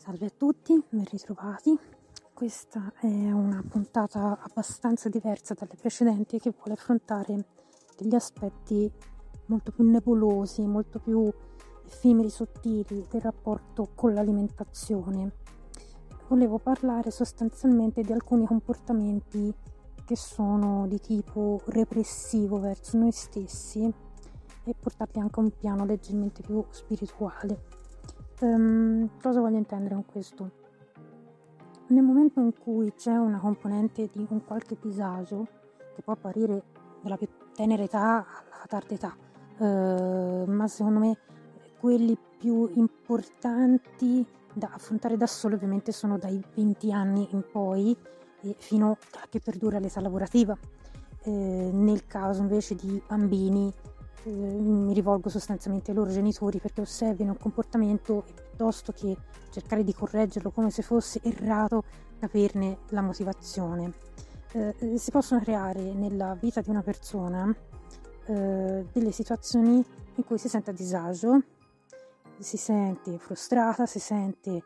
Salve a tutti, ben ritrovati. Questa è una puntata abbastanza diversa dalle precedenti che vuole affrontare degli aspetti molto più nebulosi, molto più effimeri, sottili del rapporto con l'alimentazione. Volevo parlare sostanzialmente di alcuni comportamenti che sono di tipo repressivo verso noi stessi e portarli anche a un piano leggermente più spirituale. Cosa voglio intendere con questo? Nel momento in cui c'è una componente di un qualche disagio, che può apparire dalla più tenera età alla tarda età, ma secondo me quelli più importanti da affrontare da solo ovviamente sono dai 20 anni in poi e fino a che perdura l'età lavorativa. Nel caso invece di bambini mi rivolgo sostanzialmente ai loro genitori perché osservino un comportamento e piuttosto che cercare di correggerlo come se fosse errato, capirne la motivazione. Si possono creare nella vita di una persona delle situazioni in cui si sente a disagio, si sente frustrata, si sente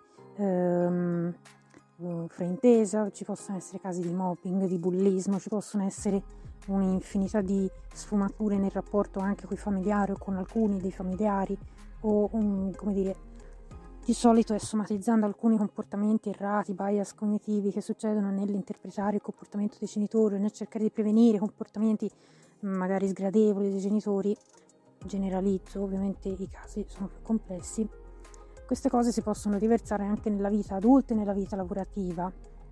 fraintesa, ci possono essere casi di mobbing, di bullismo, ci possono essere un'infinità di sfumature nel rapporto anche con i familiari o con alcuni dei familiari o come dire, di solito è somatizzando alcuni comportamenti errati, bias cognitivi che succedono nell'interpretare il comportamento dei genitori, nel cercare di prevenire comportamenti magari sgradevoli dei genitori. Generalizzo, ovviamente i casi sono più complessi. Queste cose si possono riversare anche nella vita adulta e nella vita lavorativa.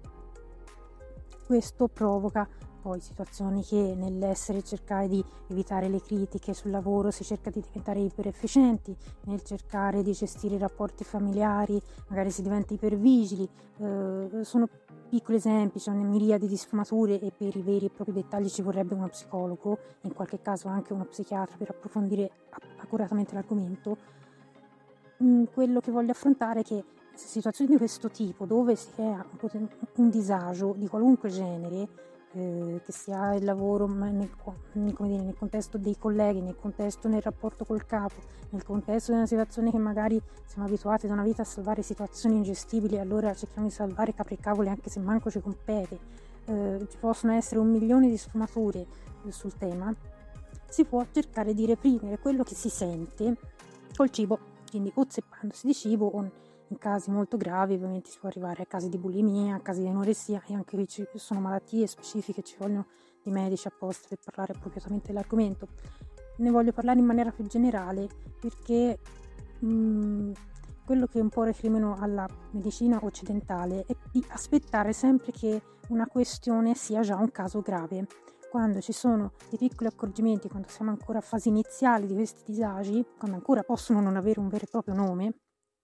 Questo provoca poi situazioni che cercare di evitare le critiche sul lavoro si cerca di diventare iperefficienti, nel cercare di gestire i rapporti familiari magari si diventa ipervigili. Sono piccoli esempi, c'è una miriade di sfumature e per i veri e propri dettagli ci vorrebbe uno psicologo, in qualche caso anche uno psichiatra per approfondire accuratamente l'argomento. Quello che voglio affrontare è che situazioni di questo tipo dove si crea un disagio di qualunque genere, che sia il lavoro nel contesto dei colleghi, nel contesto nel rapporto col capo, nel contesto di una situazione che magari siamo abituati da una vita a salvare situazioni ingestibili, allora cerchiamo di salvare capri e cavoli anche se manco ci compete. Ci possono essere 1.000.000 di sfumature sul tema. Si può cercare di reprimere quello che si sente col cibo, quindi o zeppandosi di cibo o in casi molto gravi ovviamente si può arrivare a casi di bulimia, a casi di anoressia e anche qui ci sono malattie specifiche, ci vogliono dei medici apposta per parlare appropriatamente dell'argomento. Ne voglio parlare in maniera più generale perché quello che un po' recrimino alla medicina occidentale è di aspettare sempre che una questione sia già un caso grave. Quando ci sono dei piccoli accorgimenti, quando siamo ancora a fasi iniziali di questi disagi, quando ancora possono non avere un vero e proprio nome,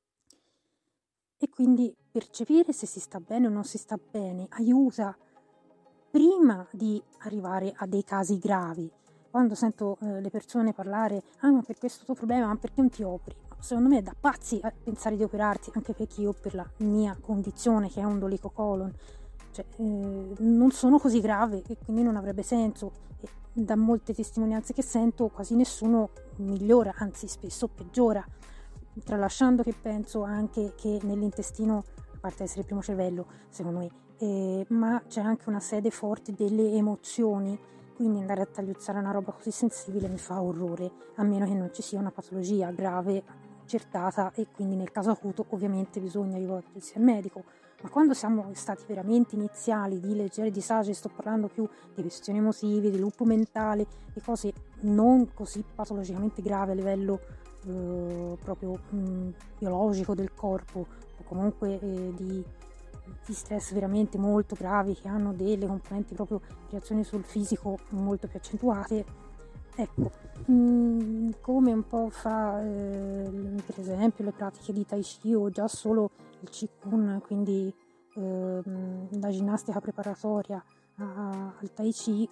e quindi percepire se si sta bene o non si sta bene aiuta prima di arrivare a dei casi gravi. Quando sento le persone parlare, ma per questo tuo problema, ma perché non ti operi? Secondo me è da pazzi a pensare di operarti, anche perché io per la mia condizione che è un dolicocolon, non sono così grave e quindi non avrebbe senso. E da molte testimonianze che sento quasi nessuno migliora, anzi spesso peggiora, tralasciando che penso anche che nell'intestino, a parte essere il primo cervello secondo me, ma c'è anche una sede forte delle emozioni, quindi andare a tagliuzzare una roba così sensibile mi fa orrore, a meno che non ci sia una patologia grave accertata e quindi nel caso acuto ovviamente bisogna rivolgersi al medico. Ma quando siamo stati veramente iniziali di leggeri disagi, sto parlando più di questioni emotive, di loop mentale, di cose non così patologicamente gravi a livello proprio biologico del corpo o comunque di stress veramente molto gravi che hanno delle componenti proprio reazioni sul fisico molto più accentuate, ecco, come un po' fa per esempio le pratiche di Tai Chi o già solo il Qigong, quindi la ginnastica preparatoria al Tai Chi,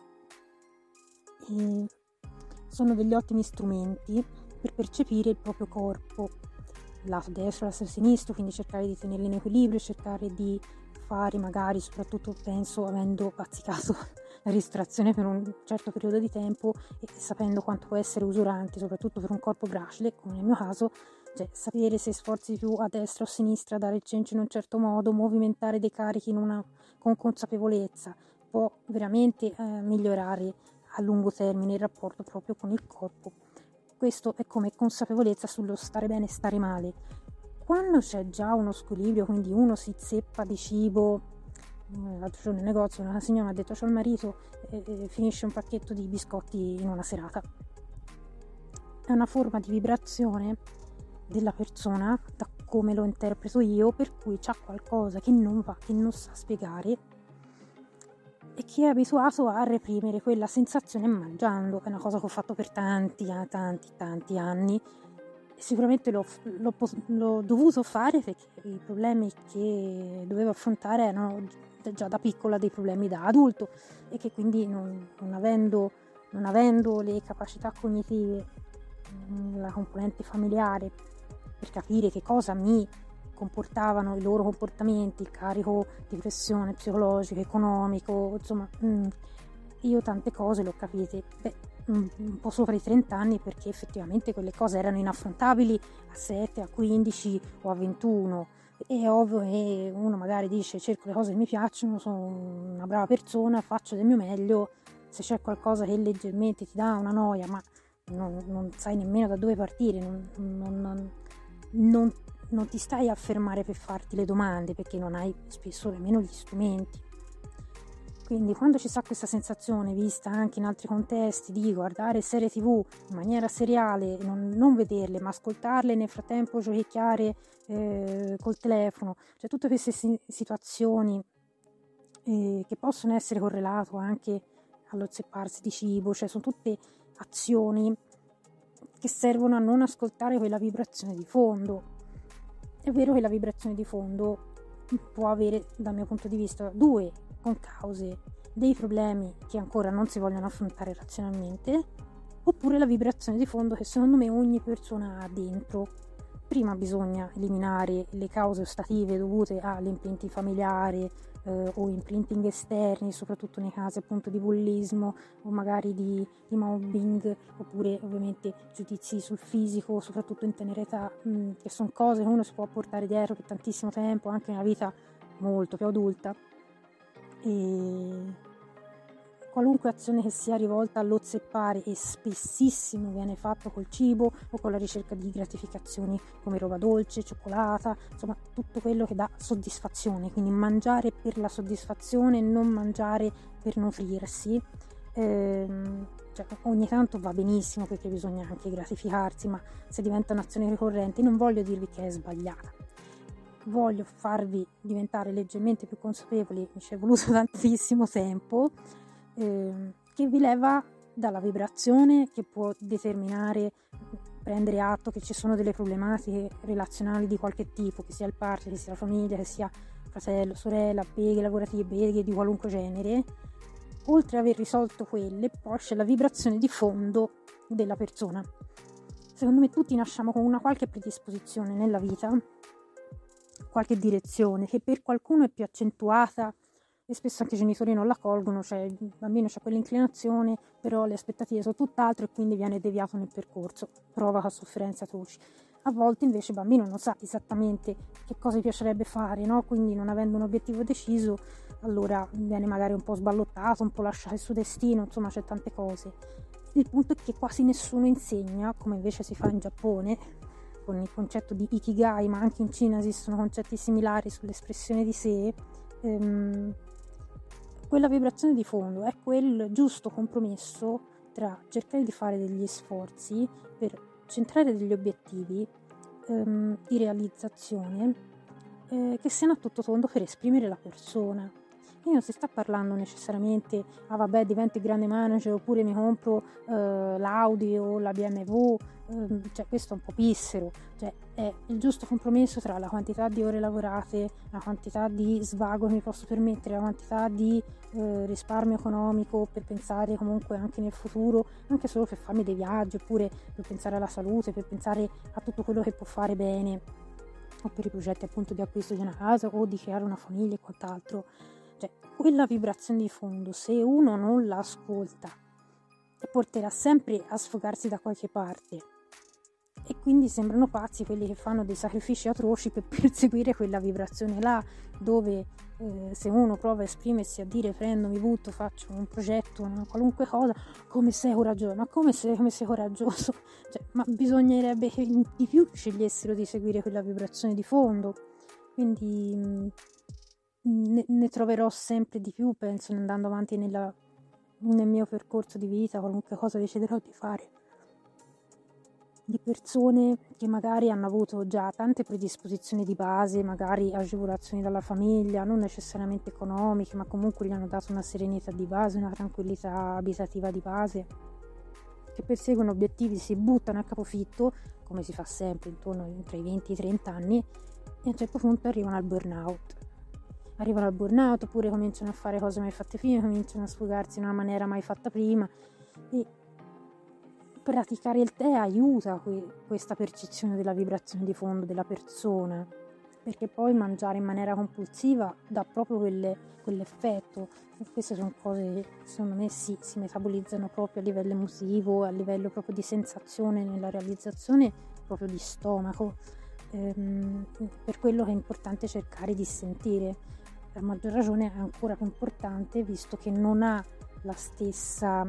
sono degli ottimi strumenti per percepire il proprio corpo, lato destro, lato sinistro, quindi cercare di tenerli in equilibrio, cercare di fare magari, soprattutto penso avendo bazzicato la ristorazione per un certo periodo di tempo e sapendo quanto può essere usurante, soprattutto per un corpo gracile, come nel mio caso, cioè sapere se sforzi più a destra o a sinistra, dare il cencio in un certo modo, movimentare dei carichi con consapevolezza, può veramente migliorare a lungo termine il rapporto proprio con il corpo. Questo è come consapevolezza sullo stare bene e stare male. Quando c'è già uno squilibrio, quindi uno si zeppa di cibo, l'altro giorno in negozio una signora mi ha detto: c'ho il marito e finisce un pacchetto di biscotti in una serata. È una forma di vibrazione della persona, da come lo interpreto io, per cui c'ha qualcosa che non va, che non sa spiegare e che è abituato a reprimere quella sensazione mangiando. È una cosa che ho fatto per tanti anni. Sicuramente l'ho dovuto fare perché i problemi che dovevo affrontare erano già da piccola dei problemi da adulto, e che quindi non avendo le capacità cognitive, la componente familiare, per capire che cosa mi comportavano i loro comportamenti, il carico di pressione psicologico, economico, insomma, io tante cose le ho capite un po' sopra i 30 anni, perché effettivamente quelle cose erano inaffrontabili a 7, a 15 o a 21. È ovvio che uno magari dice: cerco le cose che mi piacciono, sono una brava persona, faccio del mio meglio. Se c'è qualcosa che leggermente ti dà una noia, ma non sai nemmeno da dove partire, non ti stai a fermare per farti le domande, perché non hai spesso nemmeno gli strumenti. Quindi quando ci sta questa sensazione, vista anche in altri contesti, di guardare serie TV in maniera seriale, non vederle ma ascoltarle, nel frattempo giochicchiare col telefono, cioè tutte queste situazioni che possono essere correlate anche allo zepparsi di cibo, cioè sono tutte azioni che servono a non ascoltare quella vibrazione di fondo. È vero che la vibrazione di fondo può avere, dal mio punto di vista, due concause: dei problemi che ancora non si vogliono affrontare razionalmente, oppure la vibrazione di fondo che secondo me ogni persona ha dentro. Prima bisogna eliminare le cause ostative dovute all'imprinting familiare o imprinting esterni, soprattutto nei casi appunto di bullismo o magari di mobbing, oppure ovviamente giudizi sul fisico, soprattutto in tenera età, che sono cose che uno si può portare dietro per tantissimo tempo, anche nella vita molto più adulta. E qualunque azione che sia rivolta allo zeppare, e spessissimo viene fatto col cibo o con la ricerca di gratificazioni come roba dolce, cioccolata, insomma tutto quello che dà soddisfazione, quindi mangiare per la soddisfazione, non mangiare per nutrirsi. Cioè, ogni tanto va benissimo, perché bisogna anche gratificarsi, ma se diventa un'azione ricorrente, non voglio dirvi che è sbagliata, voglio farvi diventare leggermente più consapevoli. Mi ci è voluto tantissimo tempo, che vi leva dalla vibrazione che può determinare, prendere atto che ci sono delle problematiche relazionali di qualche tipo, che sia il partner, che sia la famiglia, che sia fratello, sorella, beghe lavorative, beghe di qualunque genere. Oltre ad aver risolto quelle, poi c'è la vibrazione di fondo della persona. Secondo me tutti nasciamo con una qualche predisposizione nella vita, qualche direzione, che per qualcuno è più accentuata e spesso anche i genitori non la colgono, cioè il bambino ha quell'inclinazione, però le aspettative sono tutt'altro e quindi viene deviato nel percorso, provoca sofferenze atroci. A volte invece il bambino non sa esattamente che cosa gli piacerebbe fare, no? Quindi non avendo un obiettivo deciso, allora viene magari un po' sballottato, un po' lasciato il suo destino, insomma c'è tante cose. Il punto è che quasi nessuno insegna, come invece si fa in Giappone, con il concetto di Ikigai, ma anche in Cina esistono concetti similari sull'espressione di sé. Quella vibrazione di fondo è quel giusto compromesso tra cercare di fare degli sforzi per centrare degli obiettivi di realizzazione che siano a tutto tondo per esprimere la persona. E non si sta parlando necessariamente vabbè, divento il grande manager, oppure mi compro l'Audi o la BMW, cioè questo è un po' pissero, cioè è il giusto compromesso tra la quantità di ore lavorate, la quantità di svago che mi posso permettere, la quantità di risparmio economico per pensare comunque anche nel futuro, anche solo per farmi dei viaggi, oppure per pensare alla salute, per pensare a tutto quello che può fare bene, o per i progetti appunto di acquisto di una casa o di creare una famiglia e quant'altro. Cioè quella vibrazione di fondo, se uno non la ascolta, porterà sempre a sfogarsi da qualche parte, e quindi sembrano pazzi quelli che fanno dei sacrifici atroci per perseguire quella vibrazione là, dove se uno prova a esprimersi, a dire prendo, mi butto, faccio un progetto, una qualunque cosa, come sei coraggioso, ma come sei coraggioso? Cioè, ma bisognerebbe che di più scegliessero di seguire quella vibrazione di fondo. Quindi ne troverò sempre di più, penso, andando avanti nel mio percorso di vita, qualunque cosa deciderò di fare, di persone che magari hanno avuto già tante predisposizioni di base, magari agevolazioni dalla famiglia, non necessariamente economiche, ma comunque gli hanno dato una serenità di base, una tranquillità abitativa di base, che perseguono obiettivi, si buttano a capofitto, come si fa sempre intorno tra i 20 e i 30 anni, e a un certo punto arrivano al burnout. Oppure cominciano a fare cose mai fatte prima, cominciano a sfogarsi in una maniera mai fatta prima, e praticare il tè aiuta questa percezione della vibrazione di fondo della persona, perché poi mangiare in maniera compulsiva dà proprio quell'effetto, e queste sono cose che secondo me si metabolizzano proprio a livello emotivo, a livello proprio di sensazione nella realizzazione proprio di stomaco, per quello che è importante cercare di sentire. A maggior ragione è ancora più importante visto che non ha la stessa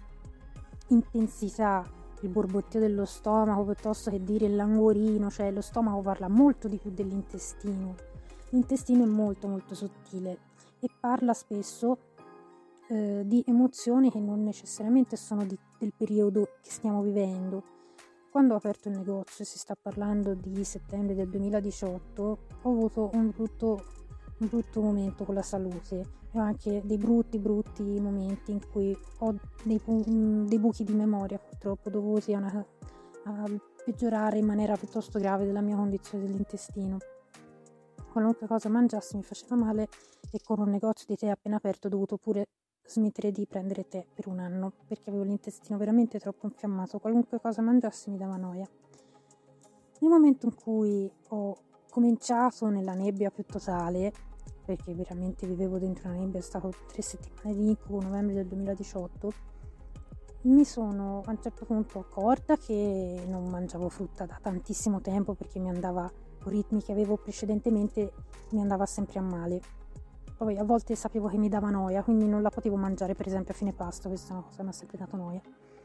intensità il borbottio dello stomaco piuttosto che dire il languorino, cioè lo stomaco parla molto di più dell'intestino. L'intestino è molto molto sottile e parla spesso di emozioni che non necessariamente sono del periodo che stiamo vivendo. Quando ho aperto il negozio, si sta parlando di settembre del 2018, ho avuto un brutto momento con la salute e anche dei brutti momenti in cui ho dei buchi di memoria purtroppo dovuti a peggiorare in maniera piuttosto grave della mia condizione dell'intestino. Qualunque cosa mangiassi mi faceva male e con un negozio di tè appena aperto ho dovuto pure smettere di prendere tè per un anno perché avevo l'intestino veramente troppo infiammato. Qualunque cosa mangiassi mi dava noia. Nel momento in cui ho cominciato nella nebbia più totale, perché veramente vivevo dentro una nebbia, è stato 3 settimane di incubo, novembre del 2018, mi sono a un certo punto accorta che non mangiavo frutta da tantissimo tempo perché mi andava, con ritmi che avevo precedentemente, mi andava sempre a male. Poi a volte sapevo che mi dava noia, quindi non la potevo mangiare per esempio a fine pasto, questa è una cosa che mi ha sempre dato noia.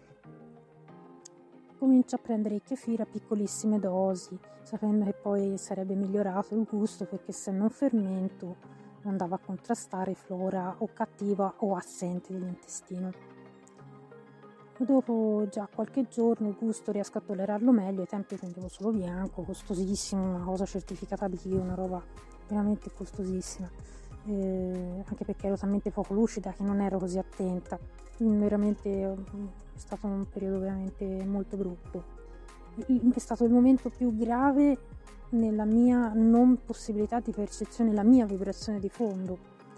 Comincio a prendere il kefir a piccolissime dosi, sapendo che poi sarebbe migliorato il gusto perché essendo un fermento andava a contrastare flora o cattiva o assente dell'intestino. Dopo già qualche giorno il gusto riesco a tollerarlo meglio, ai tempi prendevo solo bianco, costosissimo, una cosa certificata bio, una roba veramente costosissima, anche perché ero talmente poco lucida che non ero così attenta. Veramente è stato un periodo veramente molto brutto. È stato il momento più grave nella mia non possibilità di percezione, la mia vibrazione di fondo.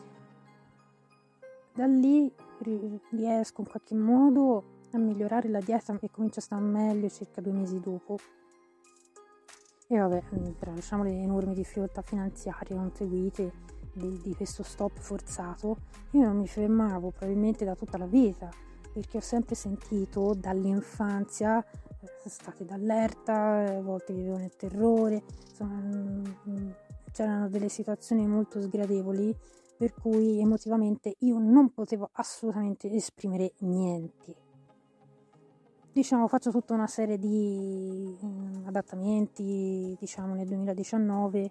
Da lì riesco in qualche modo a migliorare la dieta e comincio a stare meglio circa 2 mesi dopo. E vabbè, tralasciamo le enormi difficoltà finanziarie conseguite di questo stop forzato. Io non mi fermavo probabilmente da tutta la vita, perché ho sempre sentito dall'infanzia, state d'allerta, a volte vivevo nel terrore, insomma, c'erano delle situazioni molto sgradevoli per cui emotivamente io non potevo assolutamente esprimere niente. Diciamo, faccio tutta una serie di adattamenti, diciamo nel 2019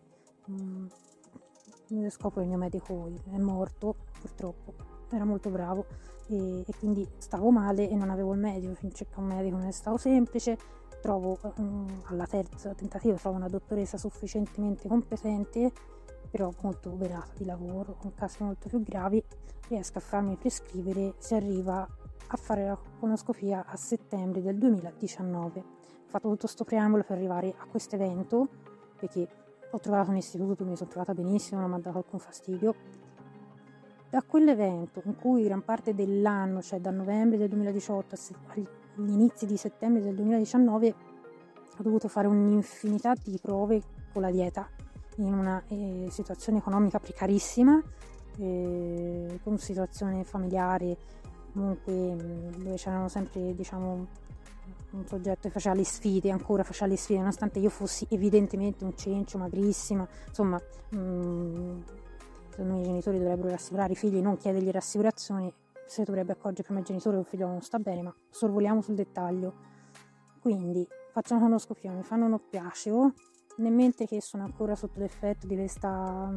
scopro il mio medico è morto, purtroppo, era molto bravo e quindi stavo male e non avevo il medico, cercavo un medico non è stato semplice, trovo alla terza tentativo trovo una dottoressa sufficientemente competente, però molto oberata di lavoro, con casi molto più gravi, riesco a farmi prescrivere, si arriva a fare la colonoscopia a settembre del 2019. Ho fatto tutto sto preambolo per arrivare a questo evento, perché ho trovato un istituto, mi sono trovata benissimo, non mi ha dato alcun fastidio. Da quell'evento, in cui gran parte dell'anno, cioè da novembre del 2018 agli inizi di settembre del 2019, ho dovuto fare un'infinità di prove con la dieta, in una situazione economica precarissima, con situazione familiare comunque dove c'erano sempre, diciamo, un soggetto che faceva le sfide, ancora faceva le sfide, nonostante io fossi evidentemente un cencio, magrissima, insomma, secondo me i genitori dovrebbero rassicurare i figli, non chiedergli rassicurazioni. Se dovrebbe accorgere prima il genitore che un figlio non sta bene, ma sorvoliamo sul dettaglio. Quindi faccio una conoscopione, mi fanno un oppiaceo, nel mentre che sono ancora sotto l'effetto di questa,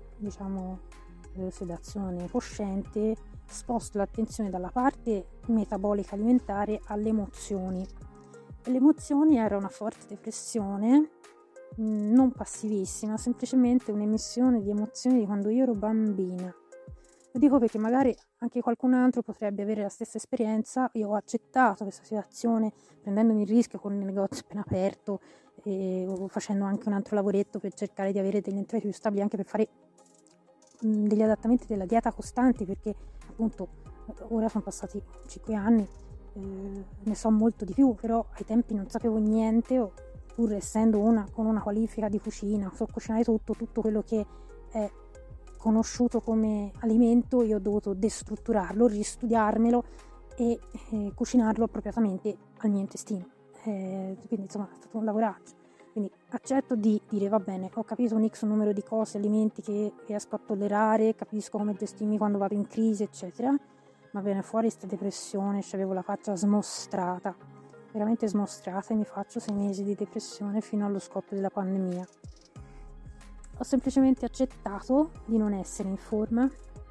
sedazione cosciente, sposto l'attenzione dalla parte metabolica alimentare alle emozioni. E le emozioni era una forte depressione, non passivissima, semplicemente un'emissione di emozioni di quando io ero bambina. Lo dico perché magari anche qualcun altro potrebbe avere la stessa esperienza. Io ho accettato questa situazione prendendomi il rischio con il negozio appena aperto e facendo anche un altro lavoretto per cercare di avere degli entrate più stabili, anche per fare degli adattamenti della dieta costanti, perché appunto ora sono passati 5 anni, ne so molto di più, però ai tempi non sapevo niente, pur essendo con una qualifica di cucina, so cucinare tutto quello che è conosciuto come alimento. Io ho dovuto destrutturarlo, ristudiarmelo e cucinarlo appropriatamente al mio intestino, quindi insomma è stato un lavoraggio. Quindi accetto di dire va bene, ho capito un X numero di cose, alimenti che riesco a tollerare, capisco come gestirmi quando vado in crisi eccetera, ma viene fuori questa depressione, avevo la faccia smostrata, veramente smostrata, e mi faccio 6 mesi di depressione fino allo scoppio della pandemia. Ho semplicemente accettato di non essere in forma,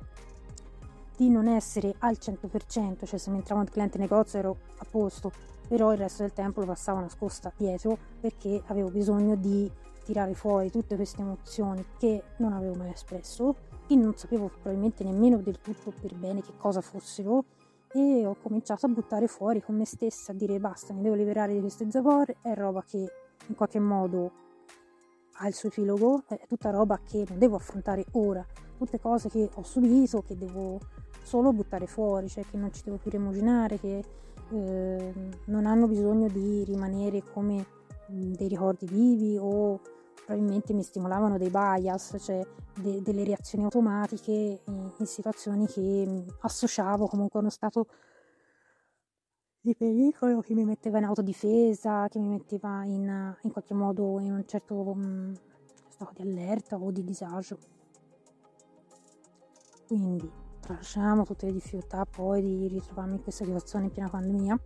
di non essere al 100%, cioè se mi entrava un cliente in negozio ero a posto, però il resto del tempo lo passavo nascosta dietro, perché avevo bisogno di tirare fuori tutte queste emozioni che non avevo mai espresso, che non sapevo probabilmente nemmeno del tutto per bene che cosa fossero, e ho cominciato a buttare fuori con me stessa, a dire basta, mi devo liberare di queste zavorre, è roba che in qualche modo ha il suo epilogo, è tutta roba che non devo affrontare ora, tutte cose che ho subito, che devo solo buttare fuori, cioè che non ci devo più rimuginare, che non hanno bisogno di rimanere come dei ricordi vivi, o probabilmente mi stimolavano dei bias, cioè delle reazioni automatiche in situazioni che associavo comunque a uno stato di pericolo, che mi metteva in autodifesa, che mi metteva in qualche modo in un certo stato di allerta o di disagio. Quindi tralasciamo tutte le difficoltà poi di ritrovarmi in questa situazione in piena pandemia.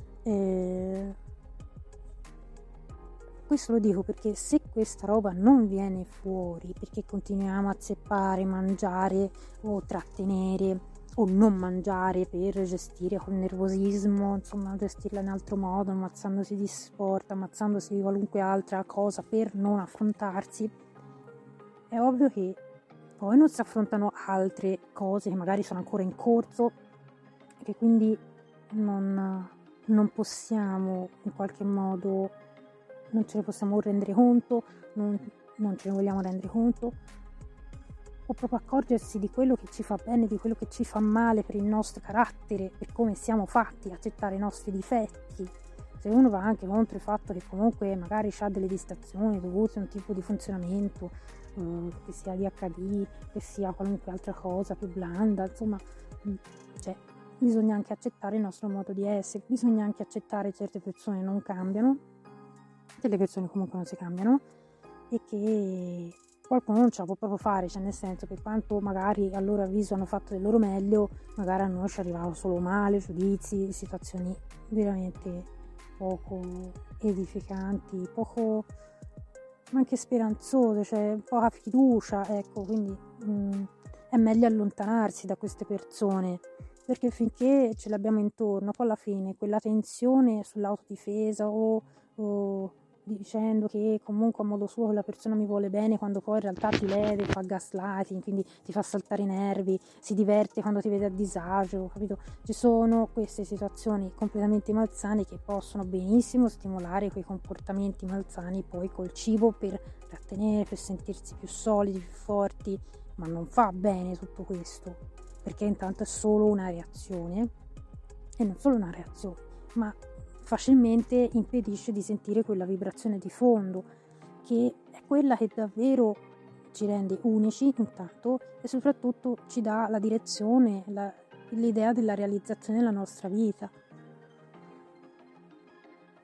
Questo lo dico perché se questa roba non viene fuori, perché continuiamo a zeppare, mangiare o trattenere o non mangiare per gestire col nervosismo, insomma gestirla in altro modo, ammazzandosi di sport, ammazzandosi di qualunque altra cosa per non affrontarsi, è ovvio che poi non si affrontano altre cose che magari sono ancora in corso e che quindi non possiamo in qualche modo, non ce ne possiamo rendere conto, non ce ne vogliamo rendere conto, o proprio accorgersi di quello che ci fa bene, di quello che ci fa male per il nostro carattere, per come siamo fatti, accettare i nostri difetti. Se uno va anche contro il fatto che comunque magari ha delle distrazioni dovute a un tipo di funzionamento, che sia ADHD, che sia qualunque altra cosa più blanda, insomma, cioè bisogna anche accettare il nostro modo di essere, bisogna anche accettare che certe persone non cambiano, delle persone comunque non si cambiano, e che qualcuno non ce la può proprio fare, cioè nel senso che quanto magari a loro avviso hanno fatto del loro meglio, magari a noi ci arrivava solo male, giudizi, situazioni veramente poco edificanti, poco anche speranzose, cioè poca fiducia, ecco, quindi è meglio allontanarsi da queste persone, perché finché ce l'abbiamo intorno, poi alla fine quella tensione sull'autodifesa o dicendo che comunque a modo suo quella persona mi vuole bene, quando poi in realtà ti lede, fa gaslighting, quindi ti fa saltare i nervi, si diverte quando ti vede a disagio, capito? Ci sono queste situazioni completamente malsane che possono benissimo stimolare quei comportamenti malsani poi col cibo per trattenere, per sentirsi più solidi, più forti, ma non fa bene tutto questo, perché intanto è solo una reazione, e non solo una reazione, ma facilmente impedisce di sentire quella vibrazione di fondo, che è quella che davvero ci rende unici intanto, e soprattutto ci dà la direzione, l'idea della realizzazione della nostra vita.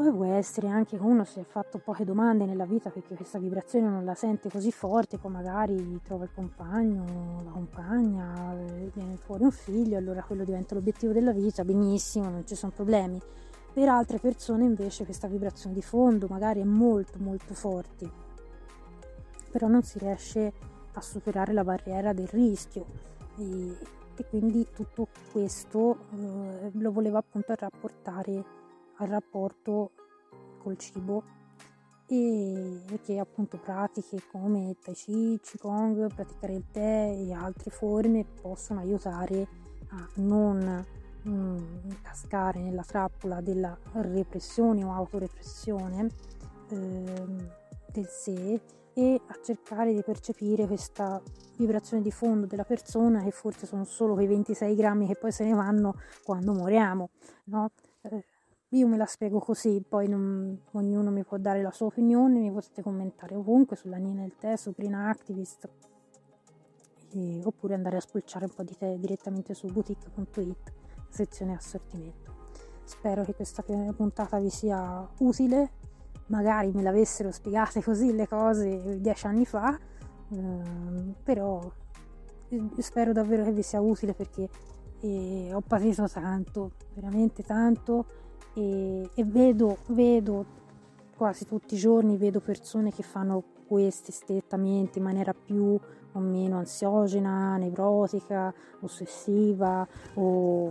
Poi può essere anche che uno si è fatto poche domande nella vita perché questa vibrazione non la sente così forte, poi magari trova il compagno, la compagna, viene fuori un figlio, allora quello diventa l'obiettivo della vita, benissimo, non ci sono problemi. Per altre persone invece questa vibrazione di fondo magari è molto molto forte, però non si riesce a superare la barriera del rischio e quindi tutto questo lo voleva appunto rapportare al rapporto col cibo e che appunto pratiche come Tai Chi, Qigong, praticare il tè e altre forme possono aiutare a non cascare nella trappola della repressione o autorepressione del sé e a cercare di percepire questa vibrazione di fondo della persona, che forse sono solo quei 26 grammi che poi se ne vanno quando moriamo, no? Io me la spiego così, poi ognuno mi può dare la sua opinione, mi potete commentare ovunque sulla Nina del Tè, su Green Activist, oppure andare a spulciare un po' di tè direttamente su boutique.it, sezione assortimento. Spero che questa puntata vi sia utile, magari me l'avessero spiegate così le cose 10 anni fa, però spero davvero che vi sia utile perché ho patito tanto, veramente tanto, e vedo quasi tutti i giorni, vedo persone che fanno questi stettamenti in maniera più o meno ansiogena, nevrotica, ossessiva, o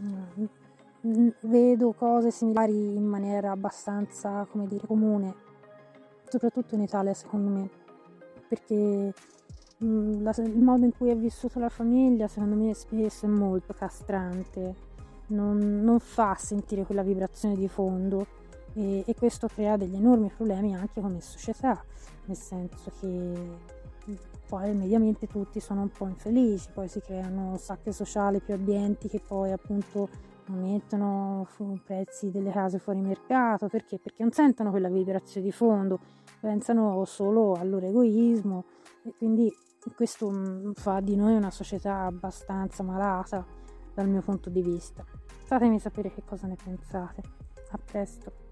vedo cose similari in maniera abbastanza, come dire, comune, soprattutto in Italia secondo me, perché il modo in cui è vissuta la famiglia secondo me spesso è molto castrante, non fa sentire quella vibrazione di fondo e questo crea degli enormi problemi anche come società, nel senso che poi mediamente tutti sono un po' infelici, poi si creano sacche sociali più abbienti che poi appunto mettono prezzi delle case fuori mercato, perché non sentono quella vibrazione di fondo, pensano solo al loro egoismo e quindi questo fa di noi una società abbastanza malata dal mio punto di vista. Fatemi sapere che cosa ne pensate. A presto.